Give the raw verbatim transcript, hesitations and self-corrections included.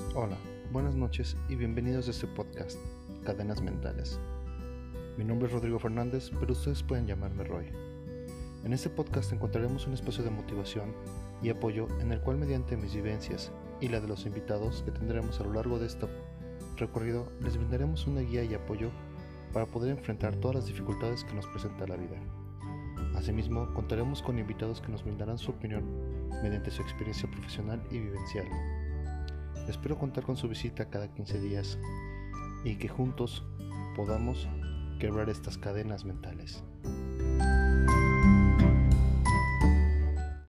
Hola, buenas noches y bienvenidos a este podcast, Cadenas Mentales. Mi nombre es Rodrigo Fernández, pero ustedes pueden llamarme Roy. En este podcast encontraremos un espacio de motivación y apoyo en el cual, mediante mis vivencias y la de los invitados que tendremos a lo largo de este recorrido, les brindaremos una guía y apoyo para poder enfrentar todas las dificultades que nos presenta la vida. Asimismo, contaremos con invitados que nos brindarán su opinión mediante su experiencia profesional y vivencial. Espero contar con su visita cada quince días y que juntos podamos quebrar estas cadenas mentales.